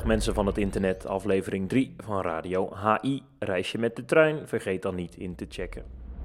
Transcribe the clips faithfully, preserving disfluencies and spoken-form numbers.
mensen van het internet, aflevering drie van Radio H I. Reis je met de trein? Vergeet dan niet in te checken.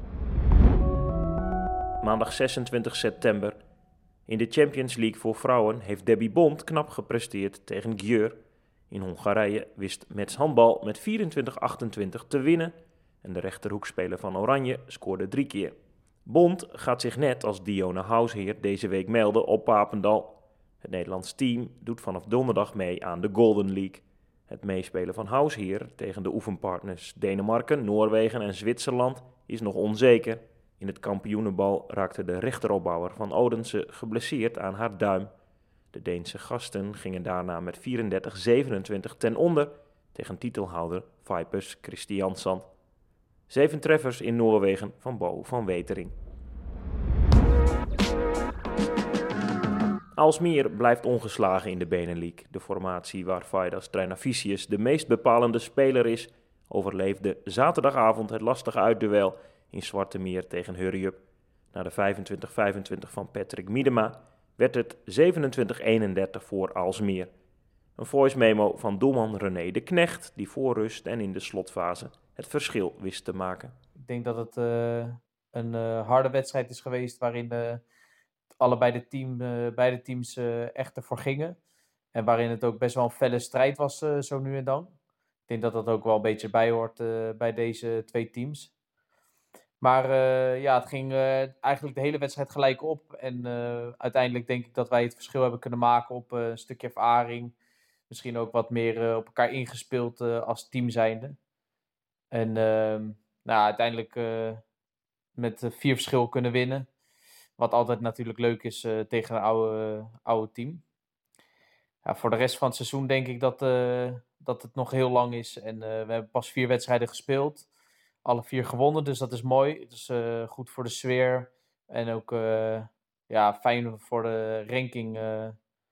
Maandag zesentwintig september. In de Champions League voor vrouwen heeft Debbie Bond knap gepresteerd tegen Gjör. In Hongarije wist Mets Handbal met vierentwintig achtentwintig te winnen en de rechterhoekspeler van Oranje scoorde drie keer. Bond gaat zich net als Dionne Hausheer deze week melden op Papendal. Het Nederlands team doet vanaf donderdag mee aan de Golden League. Het meespelen van Hausheer tegen de oefenpartners Denemarken, Noorwegen en Zwitserland is nog onzeker. In het kampioenenbal raakte de rechteropbouwer van Odense geblesseerd aan haar duim. De Deense gasten gingen daarna met vierendertig zevenentwintig ten onder tegen titelhouder Vipers Kristiansand. Zeven treffers in Noorwegen van Bo van Wetering. Aalsmeer blijft ongeslagen in de Benelink. De formatie waar Vaidas Treinavicius de meest bepalende speler is, overleefde zaterdagavond het lastige uitduel in Zwartemeer tegen Hurry-up. Na de vijfentwintig vijfentwintig van Patrick Miedema werd het zevenentwintig eenendertig voor Aalsmeer. Een voice memo van doelman René de Knecht, die voor rust en in de slotfase het verschil wist te maken. Ik denk dat het uh, een uh, harde wedstrijd is geweest waarin uh, allebei de team, uh, beide teams uh, echt ervoor gingen. En waarin het ook best wel een felle strijd was uh, zo nu en dan. Ik denk dat dat ook wel een beetje bij hoort uh, bij deze twee teams. Maar uh, ja, het ging uh, eigenlijk de hele wedstrijd gelijk op. En uh, uiteindelijk denk ik dat wij het verschil hebben kunnen maken op uh, een stukje ervaring. Misschien ook wat meer uh, op elkaar ingespeeld uh, als team zijnde. En uh, nou, uiteindelijk uh, met uh, vier verschil kunnen winnen. Wat altijd natuurlijk leuk is uh, tegen een oude, uh, oude team. Ja, voor de rest van het seizoen denk ik dat, uh, dat het nog heel lang is. En uh, we hebben pas vier wedstrijden gespeeld. Alle vier gewonnen, dus dat is mooi. Het is uh, goed voor de sfeer. En ook uh, ja, fijn voor de ranking uh,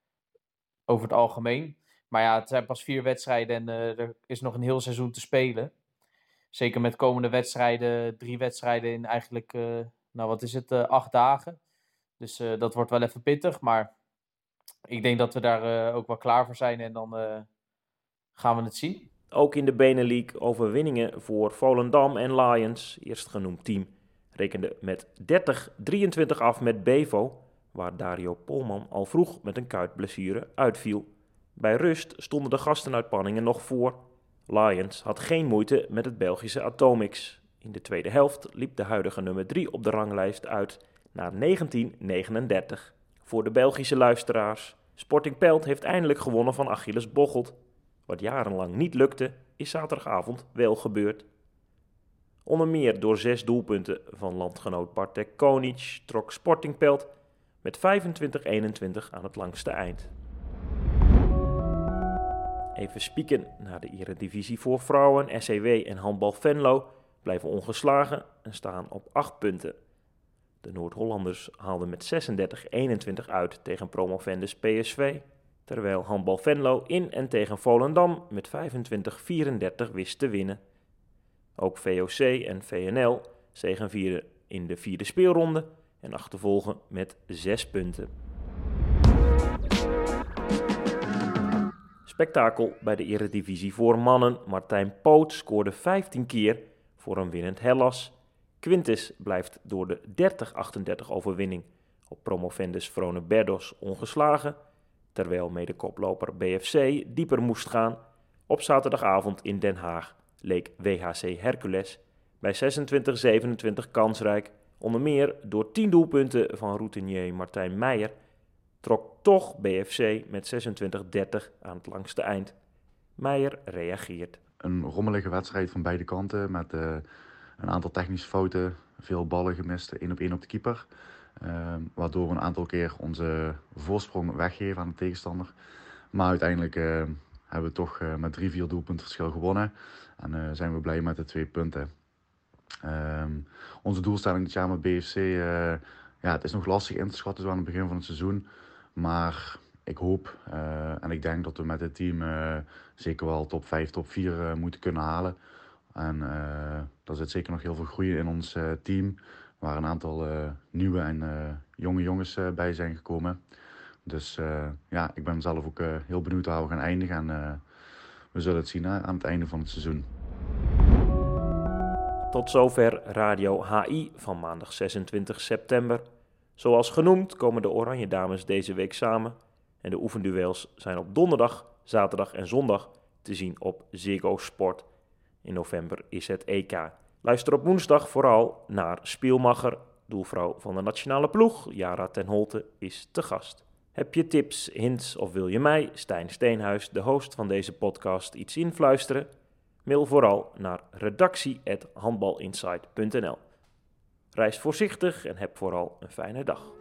over het algemeen. Maar ja, het zijn pas vier wedstrijden en uh, er is nog een heel seizoen te spelen. Zeker met komende wedstrijden, drie wedstrijden in eigenlijk, uh, nou wat is het, uh, acht dagen. Dus uh, dat wordt wel even pittig, maar ik denk dat we daar uh, ook wel klaar voor zijn en dan uh, gaan we het zien. Ook in de Benelink overwinningen voor Volendam en Lions, eerstgenoemd team, rekende met dertig drieëntwintig af met Bevo, waar Dario Polman al vroeg met een kuitblessure uitviel. Bij rust stonden de gasten uit Panningen nog voor. Lions had geen moeite met het Belgische Atomics. In de tweede helft liep de huidige nummer drie op de ranglijst uit naar negentien negenendertig. Voor de Belgische luisteraars, Sporting Pelt heeft eindelijk gewonnen van Achilles Bocholt. Wat jarenlang niet lukte, is zaterdagavond wel gebeurd. Onder meer door zes doelpunten van landgenoot Bartek Konic trok Sporting Pelt met vijfentwintig eenentwintig aan het langste eind. Even spieken naar de eredivisie voor vrouwen. S C W en Handbal Venlo blijven ongeslagen en staan op acht punten. De Noord-Hollanders haalden met zesendertig eenentwintig uit tegen promovendus P S V, terwijl Handbal Venlo in en tegen Volendam met vijfentwintig vierendertig wist te winnen. Ook V O C en V N L zegevieren in de vierde speelronde en achtervolgen met zes punten. Spektakel bij de eredivisie voor mannen. Martijn Poot scoorde vijftien keer voor een winnend Hellas. Quintus blijft door de dertig achtendertig overwinning op promovendus Vrone Berdos ongeslagen, terwijl medekoploper B F C dieper moest gaan. Op zaterdagavond in Den Haag leek W H C Hercules bij zesentwintig zevenentwintig kansrijk, onder meer door tien doelpunten van routinier Martijn Meijer, trok toch B F C met zesentwintig dertig aan het langste eind. Meijer reageert. Een rommelige wedstrijd van beide kanten met uh, een aantal technische fouten, veel ballen gemist, één op één op de keeper. Uh, waardoor we een aantal keer onze voorsprong weggeven aan de tegenstander. Maar uiteindelijk uh, hebben we toch uh, met drie, vier doelpunten verschil gewonnen. En uh, zijn we blij met de twee punten. Uh, onze doelstelling dit jaar met B F C, uh, ja, het is nog lastig in te schatten zo aan het begin van het seizoen. Maar ik hoop uh, en ik denk dat we met het team uh, zeker wel top vijf, top vier uh, moeten kunnen halen. En uh, er zit zeker nog heel veel groei in ons uh, team. Waar een aantal uh, nieuwe en uh, jonge jongens uh, bij zijn gekomen. Dus uh, ja, ik ben zelf ook uh, heel benieuwd waar we gaan eindigen. En uh, we zullen het zien hè, aan het einde van het seizoen. Tot zover Radio H I van maandag zesentwintig september. Zoals genoemd komen de Oranje Dames deze week samen en de oefenduels zijn op donderdag, zaterdag en zondag te zien op Ziggo Sport. In november is het E K. Luister op woensdag vooral naar Spielmacher, doelvrouw van de nationale ploeg. Yara ten Holte is te gast. Heb je tips, hints of wil je mij, Stijn Steenhuis, de host van deze podcast, iets influisteren? Mail vooral naar redactie apenstaartje handbalinsight punt n l. Reis voorzichtig en heb vooral een fijne dag.